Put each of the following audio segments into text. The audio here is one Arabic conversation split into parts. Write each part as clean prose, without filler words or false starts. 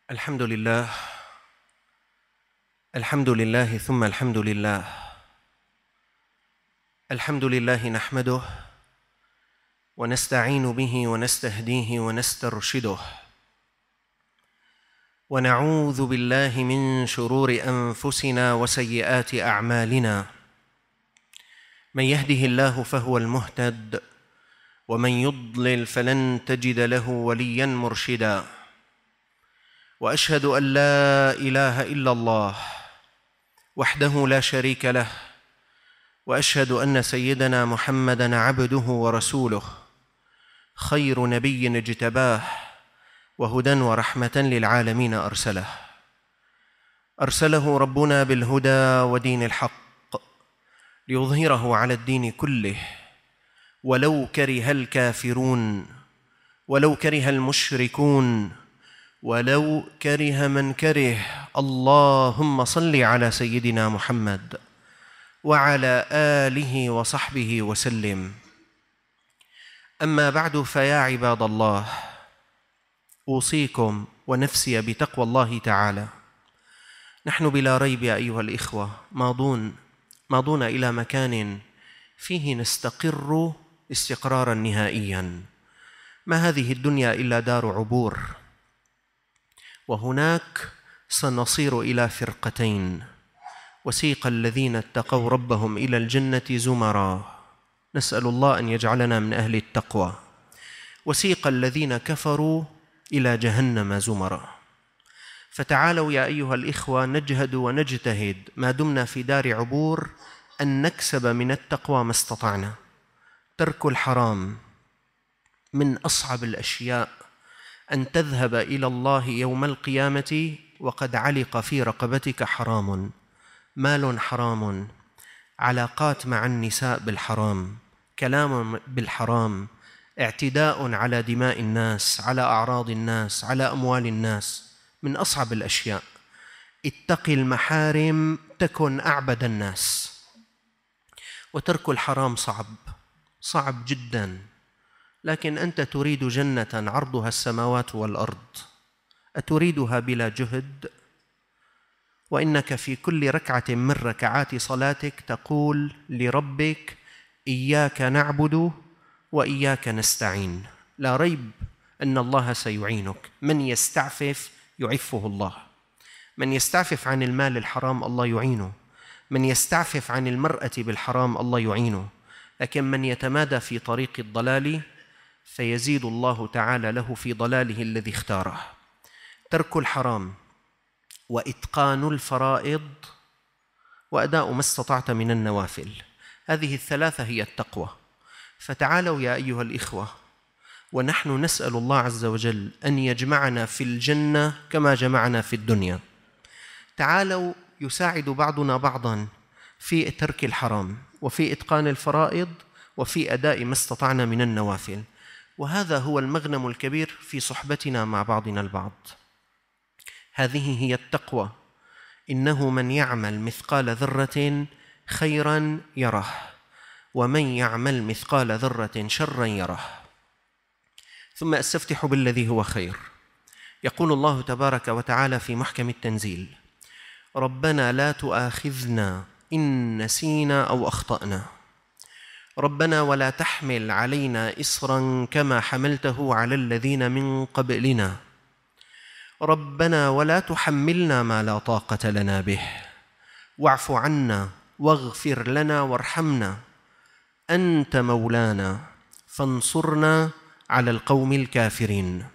الحمد لله الحمد لله ثم الحمد لله. الحمد لله نحمده ونستعين به ونستهديه ونسترشده، ونعوذ بالله من شرور أنفسنا وسيئات أعمالنا. من يهده الله فهو المهتد، ومن يضلل فلن تجد له وليا مرشدا. وأشهد أن لا إله إلا الله وحده لا شريك له، وأشهد أن سيدنا محمدًا عبده ورسوله، خير نبي اجتباه، وهدى ورحمة للعالمين أرسله ربنا بالهدى ودين الحق ليظهره على الدين كله، ولو كره الكافرون، ولو كره المشركون، ولو كره من كره. اللهم صل على سيدنا محمد وعلى آله وصحبه وسلم. أما بعد، فيا عباد الله، أوصيكم ونفسي بتقوى الله تعالى. نحن بلا ريب يا أيها الإخوة ماضون إلى مكان فيه نستقر استقرارا نهائيا. ما هذه الدنيا إلا دار عبور، وهناك سنصير إلى فرقتين: وسيق الذين اتقوا ربهم إلى الجنة زمرا، نسأل الله أن يجعلنا من أهل التقوى، وسيق الذين كفروا إلى جهنم زمرا. فتعالوا يا أيها الإخوة نجهد ونجتهد ما دمنا في دار عبور أن نكسب من التقوى ما استطعنا. ترك الحرام من أصعب الأشياء، أن تذهب إلى الله يوم القيامة وقد علق في رقبتك حرام، مال حرام، علاقات مع النساء بالحرام، كلام بالحرام، اعتداء على دماء الناس، على أعراض الناس، على أموال الناس. من أصعب الأشياء. اتق المحارم تكن أعبد الناس. وترك الحرام صعب جدا، لكن أنت تريد جنة عرضها السماوات والأرض، أتريدها بلا جهد؟ وإنك في كل ركعة من ركعات صلاتك تقول لربك: إياك نعبد وإياك نستعين. لا ريب أن الله سيعينك. من يستعفف يعفه الله. من يستعفف عن المال الحرام الله يعينه. من يستعفف عن المرأة بالحرام الله يعينه. لكن من يتمادى في طريق الضلال فيزيد الله تعالى له في ضلاله الذي اختاره. ترك الحرام وإتقان الفرائض وأداء ما استطعت من النوافل، هذه الثلاثة هي التقوى. فتعالوا يا أيها الإخوة، ونحن نسأل الله عز وجل أن يجمعنا في الجنة كما جمعنا في الدنيا. تعالوا يساعد بعضنا بعضا في ترك الحرام وفي إتقان الفرائض وفي أداء ما استطعنا من النوافل، وهذا هو المغنم الكبير في صحبتنا مع بعضنا البعض. هذه هي التقوى. إنه من يعمل مثقال ذرة خيرا يره، ومن يعمل مثقال ذرة شرا يره. ثم أستفتح بالذي هو خير. يقول الله تبارك وتعالى في محكم التنزيل: ربنا لا تؤاخذنا إن نسينا أو أخطأنا، ربنا ولا تحمل علينا إصرا كما حملته على الذين من قبلنا، ربنا ولا تحملنا ما لا طاقة لنا به، واعف عنا واغفر لنا وارحمنا، أنت مولانا فانصرنا على القوم الكافرين.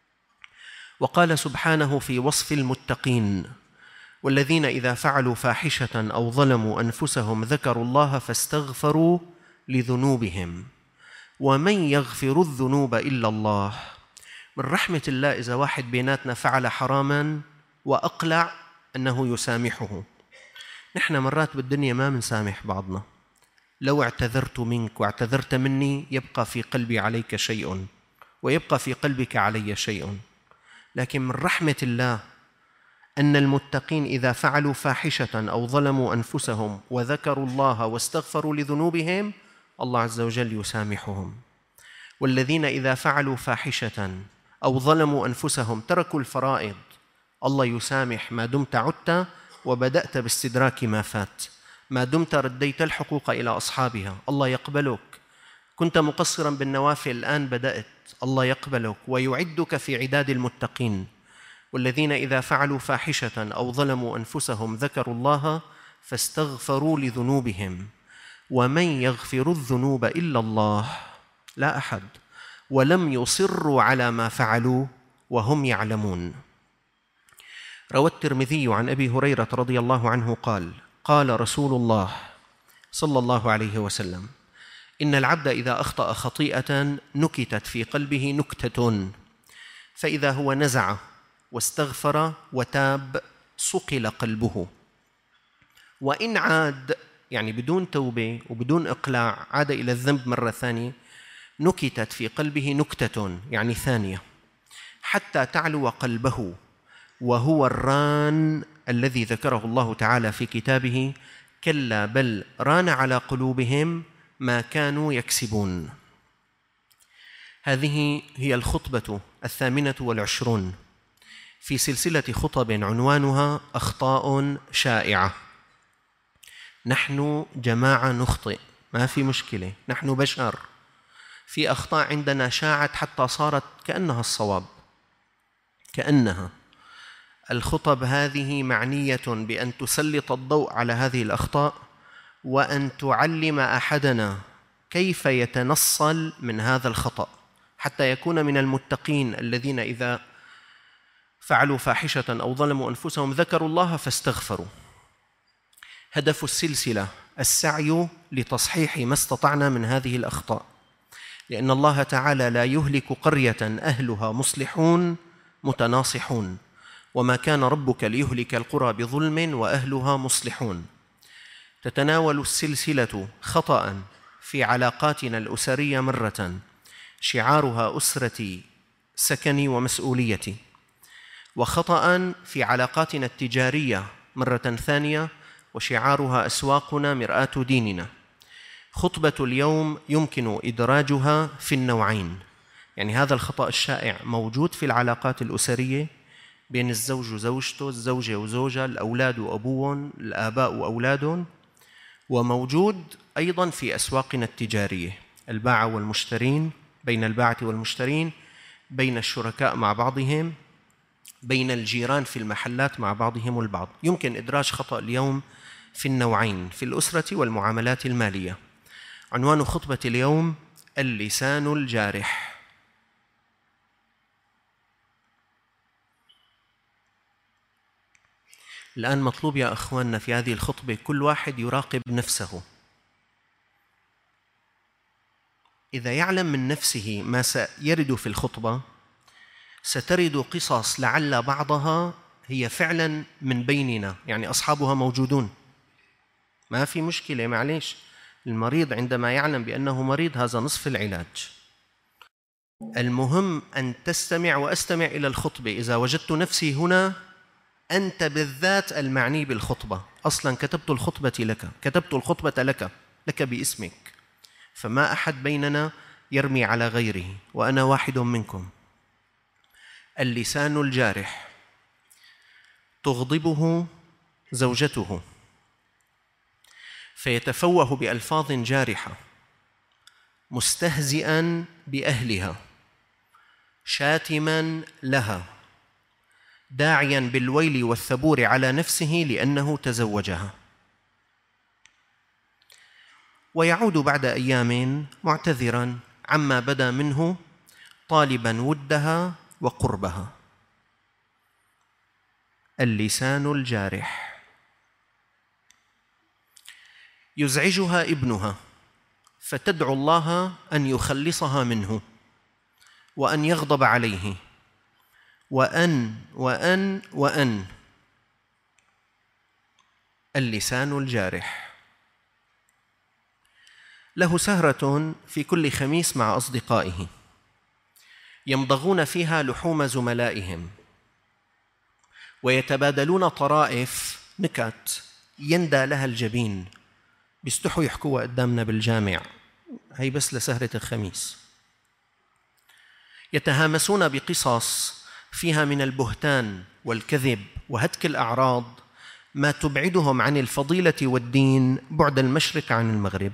وقال سبحانه في وصف المتقين: والذين إذا فعلوا فاحشة أو ظلموا أنفسهم ذكروا الله فاستغفروا لذنوبهم ومن يغفر الذنوب إلا الله. من رحمة الله إذا واحد بيناتنا فعل حراما وأقلع أنه يسامحه. نحن مرات بالدنيا ما منسامح بعضنا. لو اعتذرت منك واعتذرت مني يبقى في قلبي عليك شيء ويبقى في قلبك علي شيء. لكن من رحمة الله أن المتقين إذا فعلوا فاحشة أو ظلموا أنفسهم وذكروا الله واستغفروا لذنوبهم الله عز وجل يسامحهم. والذين إذا فعلوا فاحشة أو ظلموا أنفسهم تركوا الفرائض الله يسامح ما دمت عدت وبدأت باستدراك ما فات، ما دمت رديت الحقوق إلى أصحابها الله يقبلك. كنت مقصرا بالنوافل الآن بدأت، الله يقبلك ويعدك في عداد المتقين. والذين إذا فعلوا فاحشة أو ظلموا أنفسهم ذكروا الله فاستغفروا لذنوبهم ومن يغفر الذنوب إلا الله لا أحد ولم يصروا على ما فعلوا وهم يعلمون. روى الترمذي عن أبي هريرة رضي الله عنه قال: قال رسول الله صلى الله عليه وسلم: إن العبد إذا أخطأ خطيئة نكتت في قلبه نكتة، فإذا هو نزع واستغفر وتاب صقل قلبه، وإن عاد يعني بدون توبة وبدون إقلاع عاد إلى الذنب مرة ثانية نكتت في قلبه نكتة يعني ثانية حتى تعلو قلبه، وهو الران الذي ذكره الله تعالى في كتابه: كلا بل ران على قلوبهم ما كانوا يكسبون. هذه هي الخطبة 28 في سلسلة خطب عنوانها أخطاء شائعة. نحن جماعة نخطئ، ما في مشكلة، نحن بشر، في أخطاء عندنا شاعت حتى صارت كأنها الصواب، كأنها. الخطب هذه معنية بأن تسلط الضوء على هذه الأخطاء وأن تعلم أحدنا كيف يتنصل من هذا الخطأ حتى يكون من المتقين الذين إذا فعلوا فاحشة أو ظلموا أنفسهم ذكروا الله فاستغفروا. هدف السلسلة السعي لتصحيح ما استطعنا من هذه الأخطاء، لأن الله تعالى لا يهلك قرية أهلها مصلحون متناصحون، وما كان ربك ليهلك القرى بظلم وأهلها مصلحون. تتناول السلسلة خطأ في علاقاتنا الأسرية مرة شعارها أسرتي سكني ومسؤوليتي، وخطأ في علاقاتنا التجارية مرة ثانية وشعارها أسواقنا مرآة ديننا. خطبة اليوم يمكن إدراجها في النوعين، يعني هذا الخطأ الشائع موجود في العلاقات الأسرية بين الزوج وزوجته، الزوجة وزوجها، الأولاد وأبوهم، الآباء وأولادهم، وموجود أيضاً في أسواقنا التجارية، الباعة والمشترين، بين الباعة والمشترين، بين الشركاء مع بعضهم، بين الجيران في المحلات مع بعضهم البعض. يمكن إدراج خطأ اليوم في النوعين، في الأسرة والمعاملات المالية. عنوان خطبة اليوم: اللسان الجارح. الآن مطلوب يا أخواننا في هذه الخطبة كل واحد يراقب نفسه. إذا يعلم من نفسه ما سيرد في الخطبة سترد قصص لعل بعضها هي فعلا من بيننا، يعني أصحابها موجودون، ما في مشكلة، معليش. المريض عندما يعلم بأنه مريض هذا نصف العلاج. المهم أن تستمع وأستمع إلى الخطبة. إذا وجدت نفسي هنا أنت بالذات المعني بالخطبة، أصلا كتبت الخطبة لك باسمك، فما أحد بيننا يرمي على غيره، وأنا واحد منكم. اللسان الجارح: تغضبه زوجته فيتفوه بألفاظ جارحة، مستهزئا بأهلها، شاتما لها، داعيا بالويل والثبور على نفسه لأنه تزوجها، ويعود بعد أيام معتذرا عما بدا منه طالبا ودها وقربها. اللسان الجارح: يزعجها ابنها فتدعو الله أن يخلصها منه وأن يغضب عليه، وأن. اللسان الجارح: له سهرة في كل خميس مع أصدقائه يمضغون فيها لحوم زملائهم ويتبادلون طرائف نكت يندى لها الجبين، بيستحوا يحكوها قدامنا بالجامع، هي بس لسهرة الخميس. يتهامسون بقصص فيها من البهتان والكذب وهتك الأعراض ما تبعدهم عن الفضيلة والدين بعد المشرق عن المغرب.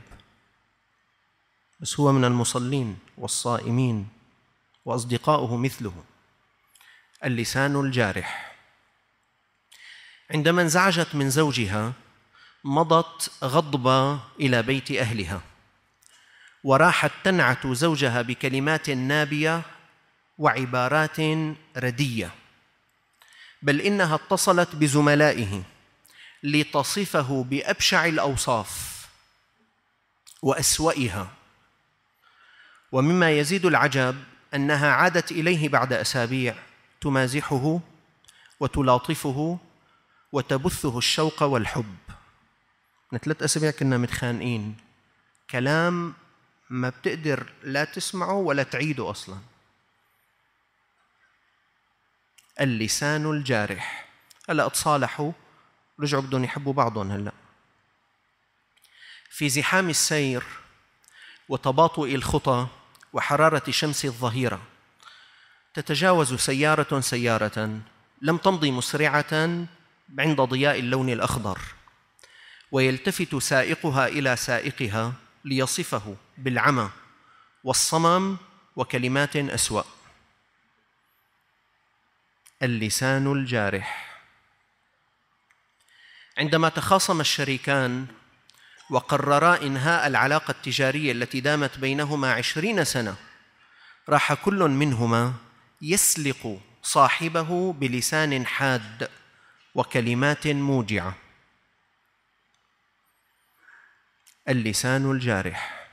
بس هو من المصلين والصائمين وأصدقاؤه مثله. اللسان الجارح. عندما انزعجت من زوجها مضت غضبة إلى بيت أهلها، وراحت تنعت زوجها بكلمات نابية وعبارات ردية، بل إنها اتصلت بزملائه لتصفه بأبشع الأوصاف وأسوأها. ومما يزيد العجب أنها عادت إليه بعد أسابيع تمازحه وتلاطفه وتبثه الشوق والحب. من 3 أسابيع كنا متخانقين، كلام ما بتقدر لا تسمعه ولا تعيده أصلاً. اللسان الجارح. هلأ اتصالحوا، رجعوا بدهم يحبوا بعضهم. هلأ في زحام السير وتباطؤ الخطى وحرارة شمس الظهيرة تتجاوز سيارة لم تمضي مسرعة عند ضياء اللون الأخضر، ويلتفت سائقها إلى سائقها ليصفه بالعمى والصمم وكلمات أسوأ. اللسان الجارح. عندما تخاصم الشريكان وقررا إنهاء العلاقة التجارية التي دامت بينهما 20 سنة، راح كل منهما يسلق صاحبه بلسان حاد وكلمات موجعة. اللسان الجارح.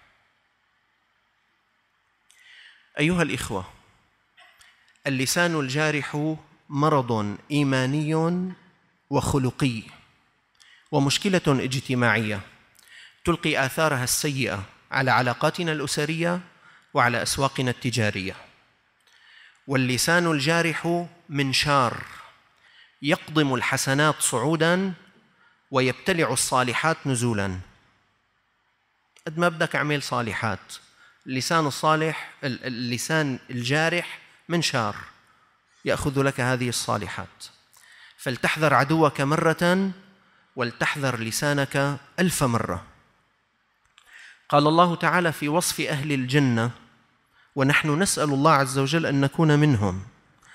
أيها الإخوة، اللسان الجارح مرض إيماني وخلقي ومشكلة اجتماعية تلقي آثارها السيئة على علاقاتنا الأسرية وعلى أسواقنا التجارية. واللسان الجارح منشار يقضم الحسنات صعوداً ويبتلع الصالحات نزولاً. قد ما بدك اعمل صالحات، اللسان الصالح اللسان الجارح منشار يأخذ لك هذه الصالحات. فلتحذر عدوك مرة ولتحذر لسانك 1000 مرة. قال الله تعالى في وصف أهل الجنة، ونحن نسأل الله عز وجل أن نكون منهم: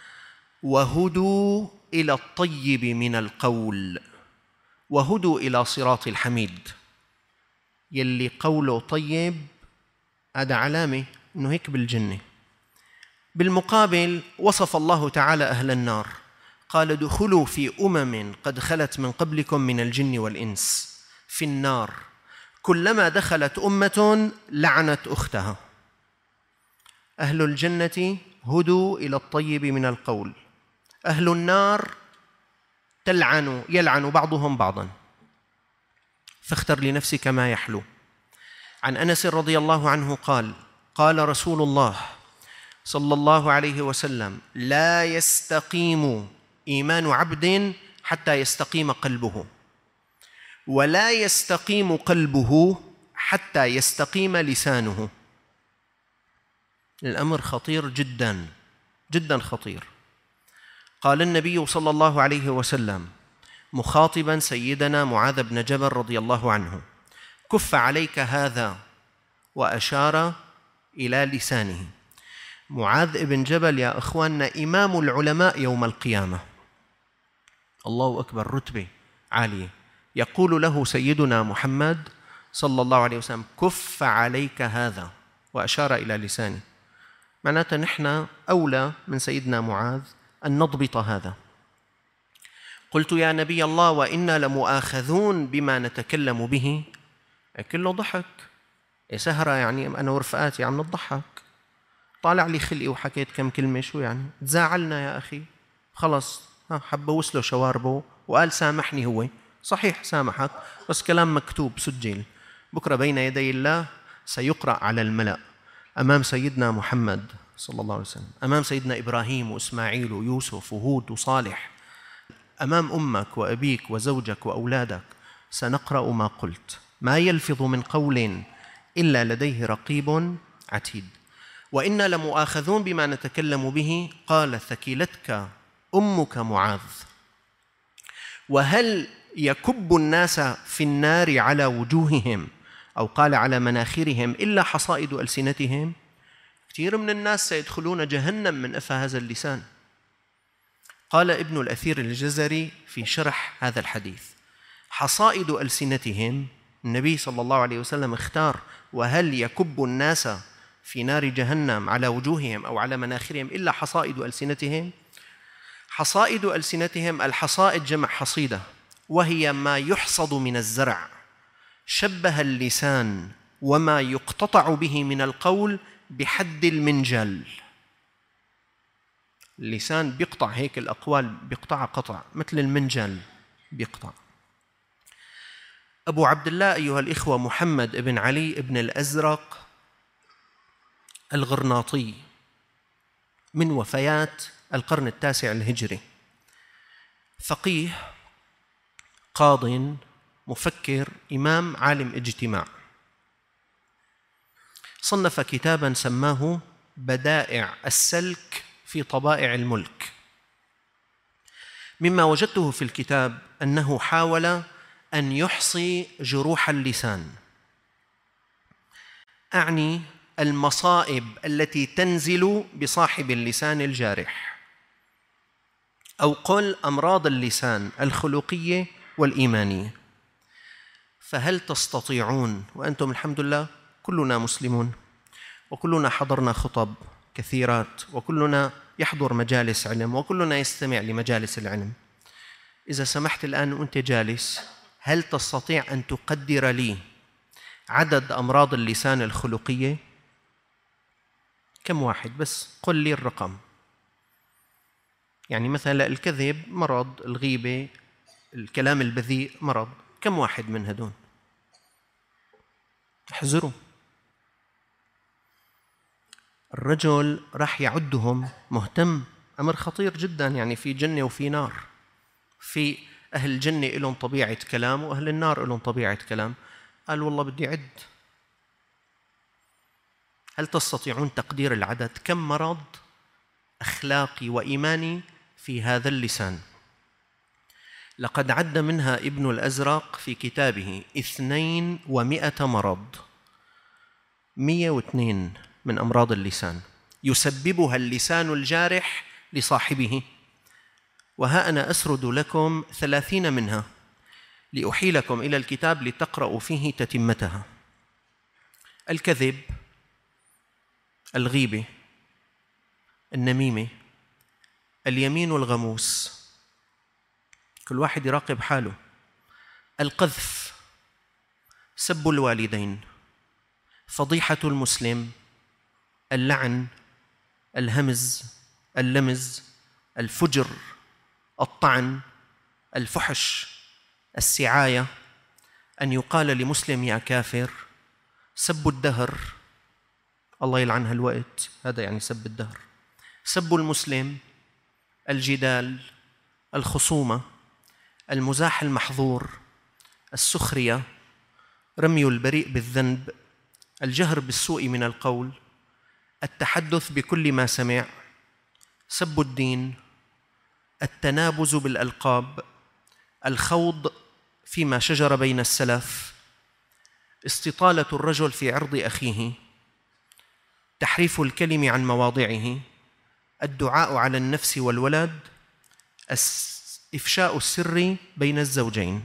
وهدوا إلى الطيب من القول وهدوا إلى صراط الحميد. يلي قوله طيب هذا علامة أنه هيك بالجنة. بالمقابل وصف الله تعالى أهل النار، قال: ادخلوا في قد خلت من قبلكم من الجن والإنس في النار كلما دخلت أمة لعنت أختها. أهل الجنة هدوا إلى الطيب من القول، أهل النار يلعن بعضهم بعضا. فاختر لنفسك ما يحلو. عن أنس رضي الله عنه قال: قال رسول الله صلى الله عليه وسلم: لا يستقيم إيمان عبد حتى يستقيم قلبه، ولا يستقيم قلبه حتى يستقيم لسانه. الأمر خطير جدا جدا خطير. قال النبي صلى الله عليه وسلم مخاطبا سيدنا معاذ بن جبل رضي الله عنه: كف عليك هذا، وأشار إلى لسانه. معاذ بن جبل يا أخواننا إمام العلماء يوم القيامة، الله أكبر، رتبة عالية. يقول له سيدنا محمد صلى الله عليه وسلم: كف عليك هذا، وأشار إلى لسانه. معناته نحن أولى من سيدنا معاذ أن نضبط هذا. قلت: يا نبي الله، وإنا لمؤاخذون بما نتكلم به. كله ضحك، سهرة يعني أنا ورفقاتي عم نضحك، طالع لي خلقي وحكيت كم كلمة، شو يعني؟ تزاعلنا يا أخي، خلص حب وصله شواربه وقال سامحني. هو صحيح سامحك، بس كلام مكتوب سجل، بكرة بين يدي الله سيقرأ على الملأ أمام سيدنا محمد صلى الله عليه وسلم، أمام سيدنا إبراهيم وإسماعيل ويوسف وهود وصالح، أمام أمك وأبيك وزوجك وأولادك. سنقرأ ما قلت، ما يلفظ من قول إلا لديه رقيب عتيد. وإنا لمؤاخذون بما نتكلم به. قال ثكلتك أمك معاذ. وهل يكب الناس في النار على وجوههم أو قال على مناخرهم إلا حصائد ألسنتهم؟ كثير من الناس سيدخلون جهنم من أفى هذا اللسان. قال ابن الأثير الجزري في شرح هذا الحديث: حصائد ألسنتهم، النبي صلى الله عليه وسلم اختار وهل يكب الناس في نار جهنم على وجوههم أو على مناخرهم إلا حصائد ألسنتهم. حصائد ألسنتهم، الحصائد جمع حصيدة، وهي ما يحصد من الزرع. شبه اللسان وما يقتطع به من القول بحد المنجل. اللسان بيقطع هيك الأقوال، بيقطع قطع مثل المنجل بيقطع. أبو عبد الله أيها الإخوة محمد بن علي بن الأزرق الغرناطي من وفيات القرن التاسع الهجري، فقيه، قاض، مفكر، إمام، عالم اجتماع. صنف كتاباً سماه بدائع السلك في طبائع الملك. مما وجدته في الكتاب أنه حاول أن يحصي جروح اللسان، أعني المصائب التي تنزل بصاحب اللسان الجارح، أو قل أمراض اللسان الخلقية والإيمانية. فهل تستطيعون، وأنتم الحمد لله كلنا مسلمون وكلنا حضرنا خطب كثيرات وكلنا يحضر مجالس علم وكلنا يستمع لمجالس العلم، إذا سمحت الآن وأنت جالس، هل تستطيع أن تقدر لي عدد أمراض اللسان الخلقية؟ كم واحد بس؟ قل لي الرقم. يعني مثلا الكذب مرض، الغيبة، الكلام البذيء مرض، كم واحد من هدول؟ احذروا. الرجل راح يعدهم مهتم، أمر خطير جدا. يعني في جنة وفي نار، في أهل الجنة لهم طبيعة كلام وأهل النار لهم طبيعة كلام. قال والله بدي عد. هل تستطيعون تقدير العدد؟ كم مرض أخلاقي وإيماني في هذا اللسان؟ لقد عد منها ابن الأزرق في كتابه 200 مرض، 102 من أمراض اللسان يسببها اللسان الجارح لصاحبه. وها أنا أسرد لكم 30 منها لأحيلكم إلى الكتاب لتقرأوا فيه تتمتها. الكذب، الغيبة، النميمة، اليمين الغموس، كل واحد يراقب حاله، القذف، سب الوالدين، فضيحة المسلم، اللعن، الهمز، اللمز، الفجر، الطعن، الفحش، السعاية، أن يقال لمسلم يا كافر، سب الدهر، الله يلعن هالوقت، هذا يعني سب الدهر، سب المسلم، الجدال، الخصومة، المزاح المحظور، السخرية، رمي البريء بالذنب، الجهر بالسوء من القول، التحدث بكل ما سمع، سب الدين، التنابز بالألقاب، الخوض فيما شجر بين السلف، استطالة الرجل في عرض أخيه، تحريف الكلم عن مواضعه، الدعاء على النفس والولد، إفشاء السر بين الزوجين.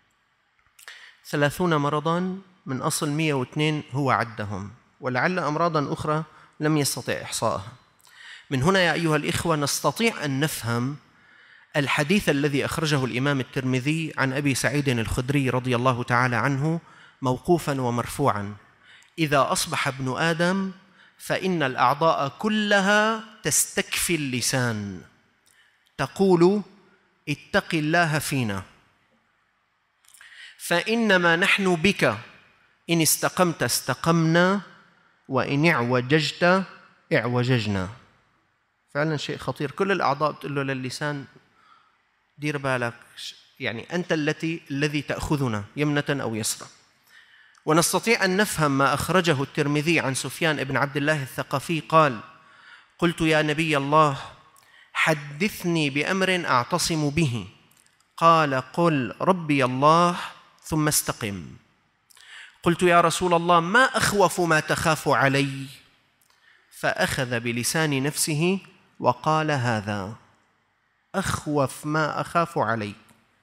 30 مرضاً من أصل 102 هو عدهم، ولعل أمراضاً أخرى لم يستطع إحصائها. من هنا يا أيها الإخوة نستطيع أن نفهم الحديث الذي أخرجه الإمام الترمذي عن أبي سعيد الخدري رضي الله تعالى عنه موقوفاً ومرفوعاً: إذا أصبح ابن آدم فإن الأعضاء كلها تستكفي اللسان تقول اتق الله فينا، فإنما نحن بك، إن استقمت استقمنا وإن اعوججت اعوججنا. فعلا شيء خطير. كل الأعضاء بتقول له للسان دير بالك، يعني أنت الذي تأخذنا يمنة أو يسرى. ونستطيع أن نفهم ما أخرجه الترمذي عن سفيان بن عبد الله الثقفي قال: قلت يا نبي الله حدثني بأمر أعتصم به. قال: قل ربي الله ثم استقم. قلت يا رسول الله ما أخوف ما تخاف علي؟ فأخذ بلسان نفسه وقال: هذا أخوف ما أخاف عليك.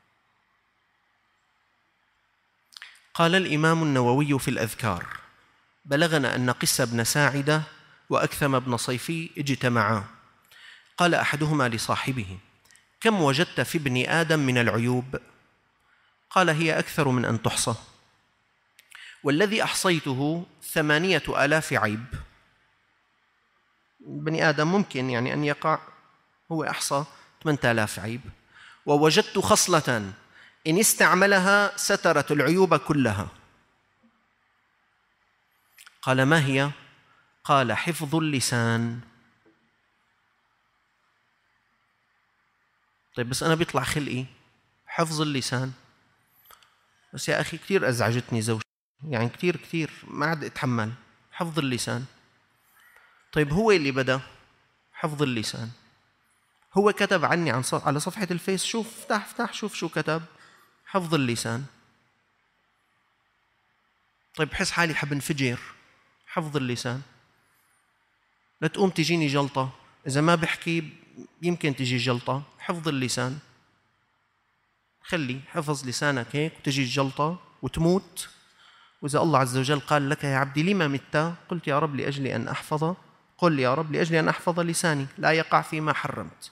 قال الإمام النووي في الأذكار: بلغنا أن قس بن ساعدة وأكثم بن صيفي اجتمعا. قال أحدهما لصاحبه: كم وجدت في ابن آدم من العيوب؟ قال: هي أكثر من أن تحصى، والذي أحصيته 8,000 عيب. بني آدم ممكن يعني أن يقع، هو أحصى 8,000 عيب. ووجدت خصلة إن استعملها سترت العيوب كلها. قال: ما هي؟ قال: حفظ اللسان. طيب بس أنا بيطلع خلقي حفظ اللسان، بس يا أخي كثير أزعجتني زوجتي، يعني كثير ما عاد أتحمل حفظ اللسان. طيب هو اللي بدأ حفظ اللسان، هو كتب عني على صفحة الفيس، شوف افتح شوف شو كتب: حفظ اللسان. طيب بحس حالي حب انفجر، حفظ اللسان. لا تقوم تجيني جلطة، إذا ما بحكي يمكن تجي جلطة، حفظ اللسان. خلي حفظ لسانك هيك وتجي الجلطة وتموت. وإذا الله عز وجل قال لك: يا عبدي لما مت؟ قلت: يا رب لأجل أن أحفظ. قل: يا رب لأجل أن أحفظ لساني لا يقع فيما حرمت.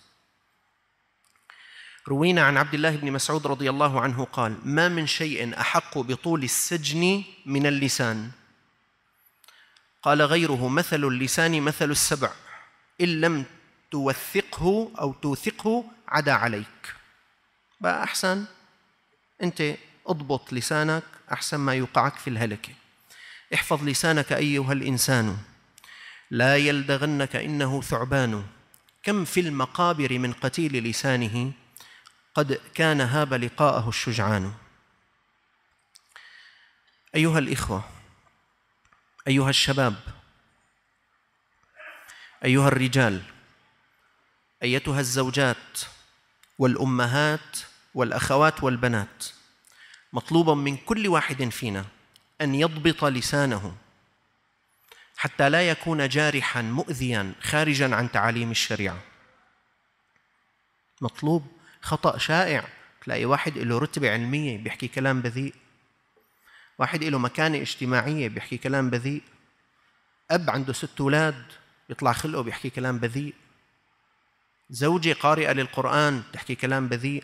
روينا عن عبد الله بن مسعود رضي الله عنه قال: ما من شيء أحق بطول السجن من اللسان. قال غيره: مثل اللسان مثل السبع، إن لم توثقه أو توثقه عدا عليك. بقى أحسن أنت اضبط لسانك أحسن ما يوقعك في الهلكة. احفظ لسانك أيها الإنسان، لا يلدغنك إنه ثعبان. كم في المقابر من قتيل لسانه، قد كان هاب لقاءه الشجعان. أيها الإخوة، أيها الشباب، أيها الرجال، أيتها الزوجات والأمهات والأخوات والبنات، مطلوب من كل واحد فينا أن يضبط لسانه حتى لا يكون جارحاً مؤذياً خارجاً عن تعاليم الشريعة. مطلوب. خطأ شائع تلاقي واحد له رتبة علمية بيحكي كلام بذيء، واحد له مكانة اجتماعية بيحكي كلام بذيء، أب عنده 6 أولاد يطلع خلقه بيحكي كلام بذيء، زوجة قارئة للقرآن تحكي كلام بذيء،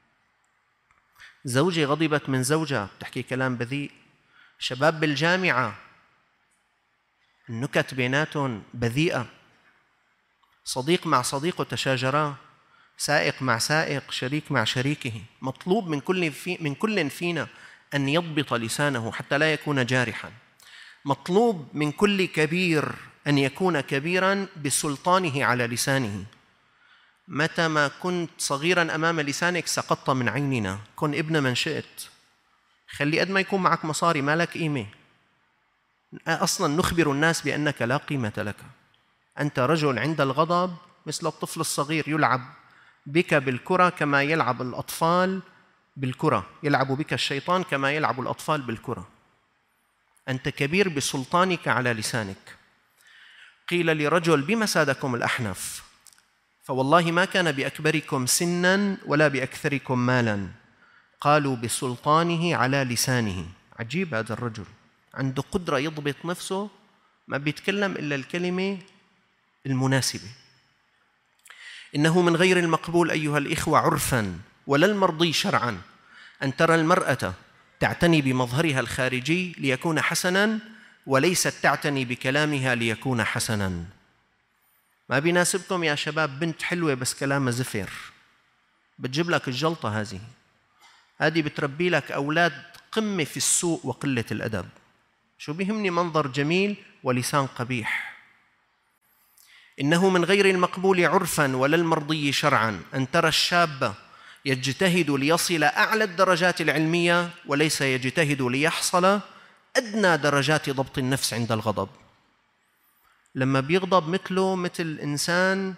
زوجة غضبت من زوجها تحكي كلام بذيء، شباب بالجامعة النكت بيناتهم بذيئة، صديق مع صديقه تشاجرا، سائق مع سائق، شريك مع شريكه. مطلوب من كل فينا أن يضبط لسانه حتى لا يكون جارحاً. مطلوب من كل كبير أن يكون كبيراً بسلطانه على لسانه. متى ما كنت صغيراً أمام لسانك سقطت من عيننا. كن ابن من شئت، خلي قد ما يكون معك مصاري ما لك قيمة. أصلاً نخبر الناس بأنك لا قيمة لك. أنت رجل عند الغضب مثل الطفل الصغير، يلعب بك بالكرة كما يلعب الأطفال بالكرة، يلعب بك الشيطان كما يلعب الأطفال بالكرة. أنت كبير بسلطانك على لسانك. قيل لرجل: بما سادكم الأحنف؟ فوالله ما كان بأكبركم سناً ولا بأكثركم مالاً. قالوا: بسلطانه على لسانه. عجيب هذا الرجل، عنده قدرة يضبط نفسه، ما بيتكلم إلا الكلمة المناسبة. إنه من غير المقبول أيها الإخوة عرفاً ولا المرضي شرعاً أن ترى المرأة تعتني بمظهرها الخارجي ليكون حسناً، وليست تعتني بكلامها ليكون حسناً. ما بيناسبكم يا شباب بنت حلوة بس كلامها زفر، بتجيب لك الجلطة. هذه بتربي لك أولاد قمة في السوء وقلة الأدب. شو بيهمني منظر جميل ولسان قبيح. إنه من غير المقبول عرفاً ولا المرضي شرعاً أن ترى الشاب يجتهد ليصل أعلى الدرجات العلمية وليس يجتهد ليحصل أدنى درجات ضبط النفس عند الغضب. لما بيغضب مثل إنسان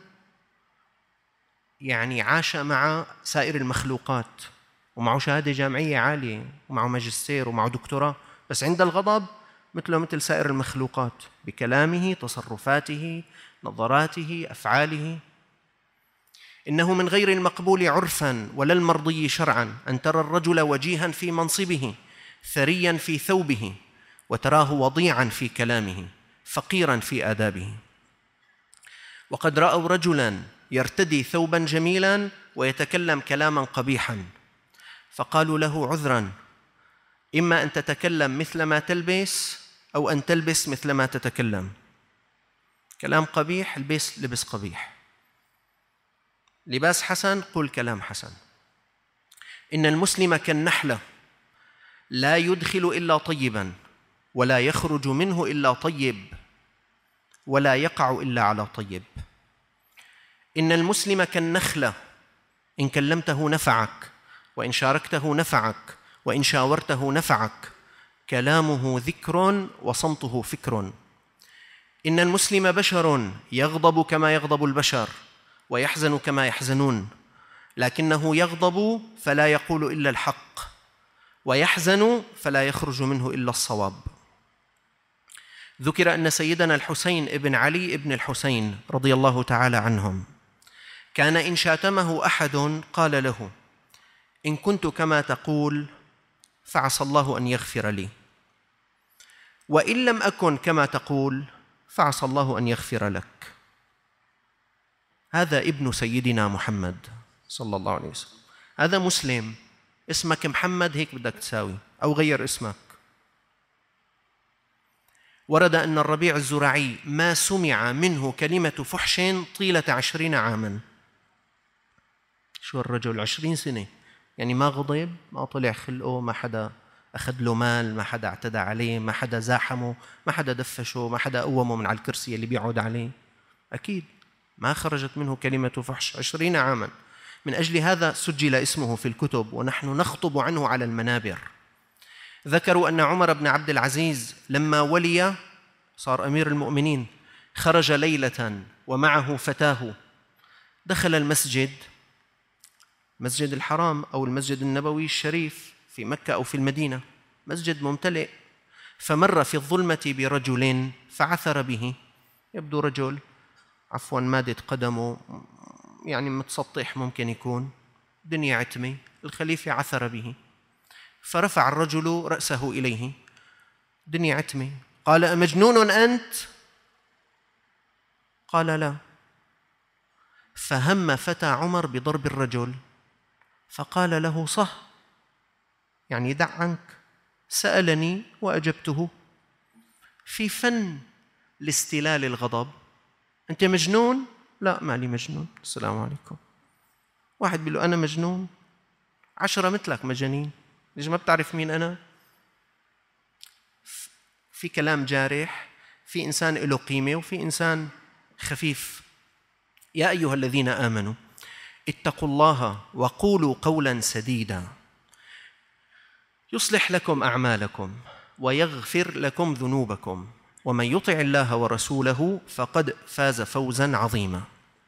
يعني عاش مع سائر المخلوقات ومعه شهادة جامعية عالية ومعه ماجستير ومعه دكتوراه، بس عند الغضب مثل سائر المخلوقات بكلامه، تصرفاته، نظراته، أفعاله. إنه من غير المقبول عرفاً ولا المرضي شرعاً أن ترى الرجل وجيهاً في منصبه، ثرياً في ثوبه، وتراه وضيعاً في كلامه، فقيراً في آدابه. وقد رأوا رجلاً يرتدي ثوباً جميلاً ويتكلم كلاماً قبيحاً، فقالوا له عذراً، إما أن تتكلم مثل ما تلبس أو أن تلبس مثل ما تتكلم. كلام قبيح البس لبس قبيح، لباس حسن قل كلام حسن. إن المسلم كالنحلة لا يدخل إلا طيباً ولا يخرج منه إلا طيب ولا يقع إلا على طيب. إن المسلم كالنخلة إن كلمته نفعك، وإن شاركته نفعك، وإن شاورته نفعك، كلامه ذكر وصمته فكر. إن المسلم بشر يغضب كما يغضب البشر ويحزن كما يحزنون، لكنه يغضب فلا يقول إلا الحق، ويحزن فلا يخرج منه إلا الصواب. ذكر أن سيدنا الحسين ابن علي ابن الحسين رضي الله تعالى عنهم كان إن شاتمه أحد قال له: إن كنت كما تقول فعسى الله أن يغفر لي، وإن لم أكن كما تقول فعسى الله أن يغفر لك. هذا ابن سيدنا محمد صلى الله عليه وسلم. هذا مسلم، اسمك محمد هيك بدك تساوي أو غير اسمك. ورد أن الربيع الزرعي ما سمع منه كلمة فحش طيلة 20 عاماً. شو الرجل 20 سنة يعني ما غضب، ما طلع خلقه، ما حدا أخذ له مال، ما حدا اعتدى عليه، ما حدا زاحمه، ما حدا دفشه، ما حدا قومه من على الكرسي اللي بيقعد عليه. أكيد ما خرجت منه كلمة فحش 20 عاماً. من أجل هذا سجل اسمه في الكتب ونحن نخطب عنه على المنابر. ذكروا أن عمر بن عبد العزيز لما ولي صار أمير المؤمنين خرج ليلة ومعه فتاه، دخل المسجد، مسجد الحرام أو المسجد النبوي الشريف في مكة أو في المدينة، مسجد ممتلئ، فمر في الظلمة برجل فعثر به. يبدو رجل مادة قدمه يعني متسطح ممكن يكون، دنيا عتمة، الخليفة عثر به، فرفع الرجل رأسه إليه، دنيا عتمة، قال: أمجنون أنت؟ قال: لا. فهم فتى عمر بضرب الرجل، فقال له: صح، يعني دع عنك، سألني وأجبته. في فن لاستلال الغضب. أنت مجنون؟ لا، مالي مجنون، السلام عليكم. واحد بيقول له: أنا مجنون، 10 مثلك مجانين، ليش ما بتعرف مين أنا؟ في كلام جارح، في إنسان له قيمة وفي إنسان خفيف. يا أيها الذين آمنوا اتقوا الله وقولوا قولا سديدا يصلح لكم أعمالكم ويغفر لكم ذنوبكم ومن يطع الله ورسوله فقد فاز فوزا عظيما.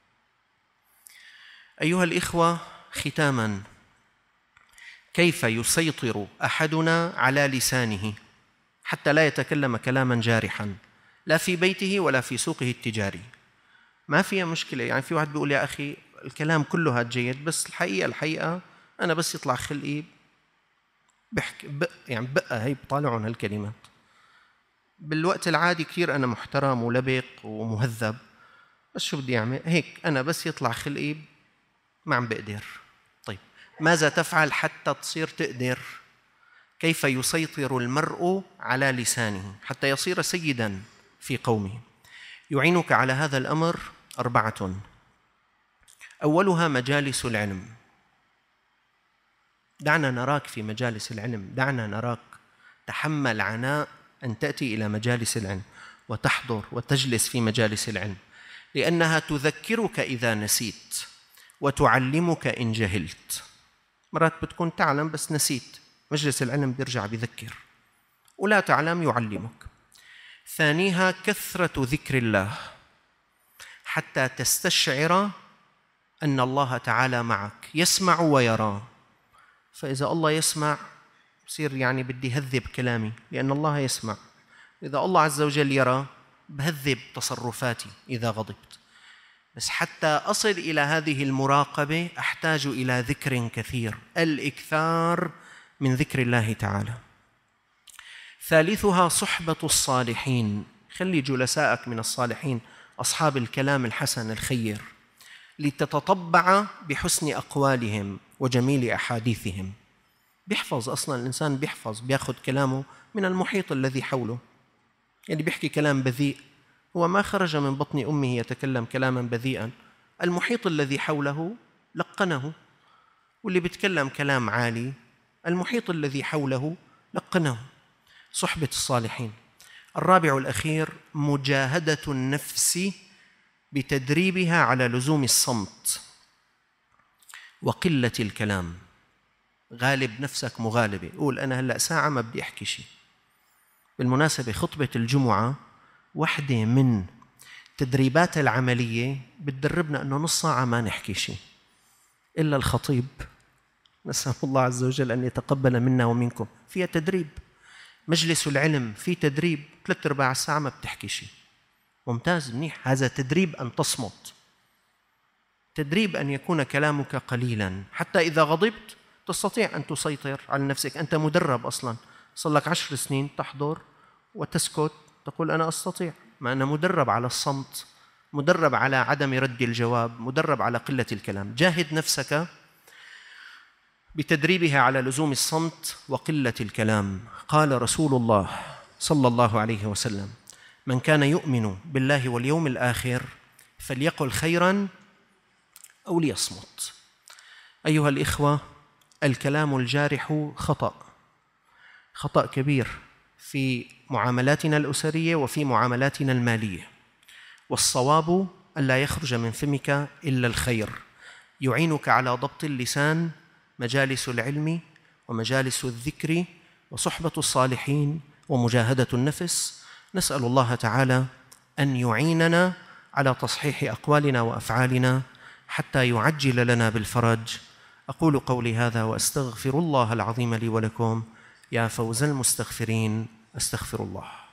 أيها الإخوة، ختاما، كيف يسيطر أحدنا على لسانه حتى لا يتكلم كلاما جارحا، لا في بيته ولا في سوقه التجاري؟ ما فيها مشكلة. يعني في واحد بيقول: يا أخي الكلام كله هاد جيد، بس الحقيقة أنا بس يطلع خلقي بحكي يعني بقى هي بطالعون هالكلمات. بالوقت العادي كثير أنا محترم ولبق ومهذب، بس شو بدي أعمل هيك، أنا بس يطلع خلقي ما عم بقدر. طيب ماذا تفعل حتى تصير تقدر؟ كيف يسيطر المرء على لسانه حتى يصير سيداً في قومه؟ يعينك على هذا الأمر 4. أولها مجالس العلم. دعنا نراك في مجالس العلم، دعنا نراك تحمل عناء أن تأتي إلى مجالس العلم وتحضر وتجلس في مجالس العلم، لأنها تذكرك إذا نسيت وتعلمك إن جهلت. مرات بتكون تعلم بس نسيت، مجلس العلم بيرجع بيذكر ولا تعلم يعلمك. ثانيها كثرة ذكر الله حتى تستشعر أن الله تعالى معك، يسمع ويرى. فإذا الله يسمع بصير يعني بدي هذب كلامي لأن الله يسمع. إذا الله عز وجل يرى بهذب تصرفاتي إذا غضبت. بس حتى أصل إلى هذه المراقبة أحتاج إلى ذكر كثير، الإكثار من ذكر الله تعالى. ثالثها صحبة الصالحين، خلي جلسائك من الصالحين أصحاب الكلام الحسن الخير لتتطبع بحسن أقوالهم وجميل أحاديثهم. بيحفظ أصلاً الإنسان، بياخذ كلامه من المحيط الذي حوله. يعني بيحكي كلام بذيء، هو ما خرج من بطن أمه يتكلم كلاما بذيئا، المحيط الذي حوله لقنه. واللي بيتكلم كلام عالي المحيط الذي حوله لقنه. صحبة الصالحين. الرابع الأخير مجاهدة النفس بتدريبها على لزوم الصمت وقلة الكلام. غالب نفسك مغالبة، قول أنا هلأ ساعة ما بدي أحكي شيء. بالمناسبة خطبة الجمعة واحدة من تدريبات العملية بتدربنا أنه نص ساعة ما نحكي شيء إلا الخطيب، نسأل الله عز وجل أن يتقبل منا ومنكم. فيها تدريب. مجلس العلم في تدريب 3/4 الساعة ما بتحكي شيء. ممتاز، منيح. هذا تدريب أن تصمت، تدريب أن يكون كلامك قليلا حتى إذا غضبت تستطيع أن تسيطر على نفسك. أنت مدرب أصلا، صار لك 10 سنين تحضر وتسكت تقول أنا أستطيع. ما أنا مدرب على الصمت، مدرب على عدم رد الجواب، مدرب على قلة الكلام. جاهد نفسك بتدريبها على لزوم الصمت وقلة الكلام. قال رسول الله صلى الله عليه وسلم: من كان يؤمن بالله واليوم الآخر فليقل خيرا أو ليصمت. أيها الإخوة، الكلام الجارح خطأ كبير في معاملاتنا الأسرية وفي معاملاتنا المالية، والصواب ألا يخرج من فمك إلا الخير. يعينك على ضبط اللسان مجالس العلم ومجالس الذكر وصحبة الصالحين ومجاهدة النفس. نسأل الله تعالى أن يعيننا على تصحيح أقوالنا وأفعالنا حتى يعجل لنا بالفرج. أقول قولي هذا وأستغفر الله العظيم لي ولكم. يا فوز المستغفرين، أستغفر الله.